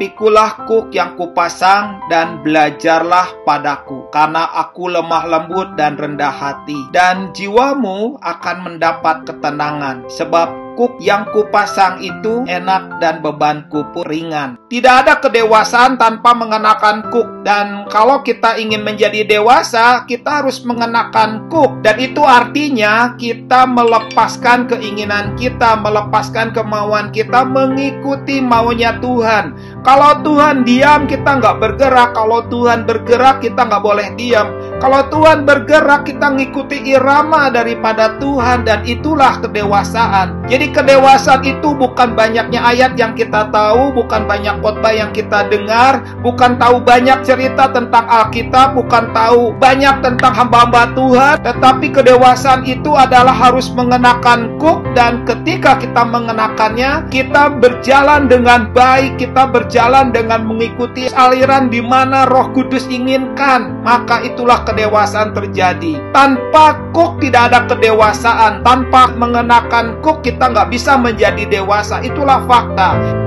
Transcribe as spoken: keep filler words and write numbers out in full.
pikulah kuk yang kupasang dan belajarlah padaku, karena aku lemah lembut dan rendah hati, dan jiwamu akan mendapat ketenangan, sebab kuk yang kupasang itu enak dan bebanku pun ringan. Tidak ada kedewasaan tanpa mengenakan kuk. Dan kalau kita ingin menjadi dewasa, kita harus mengenakan kuk. Dan itu artinya kita melepaskan keinginan kita, melepaskan kemauan kita, mengikuti maunya Tuhan. Kalau Tuhan diam, kita nggak bergerak. Kalau Tuhan bergerak, kita nggak boleh diam. Kalau Tuhan bergerak, kita ngikuti irama daripada Tuhan. Dan itulah kedewasaan. Jadi kedewasaan itu bukan banyaknya ayat yang kita tahu, bukan banyak khotbah yang kita dengar, bukan tahu banyak cerita tentang Alkitab, bukan tahu banyak tentang hamba-hamba Tuhan, tetapi kedewasaan itu adalah harus mengenakan kuk, dan ketika kita mengenakannya, kita berjalan dengan baik, kita berjalan dengan mengikuti aliran di mana Roh Kudus inginkan, maka itulah kedewasaan terjadi. Tanpa kuk tidak ada kedewasaan, tanpa mengenakan kuk kita nggak bisa menjadi dewasa. Itulah fakta.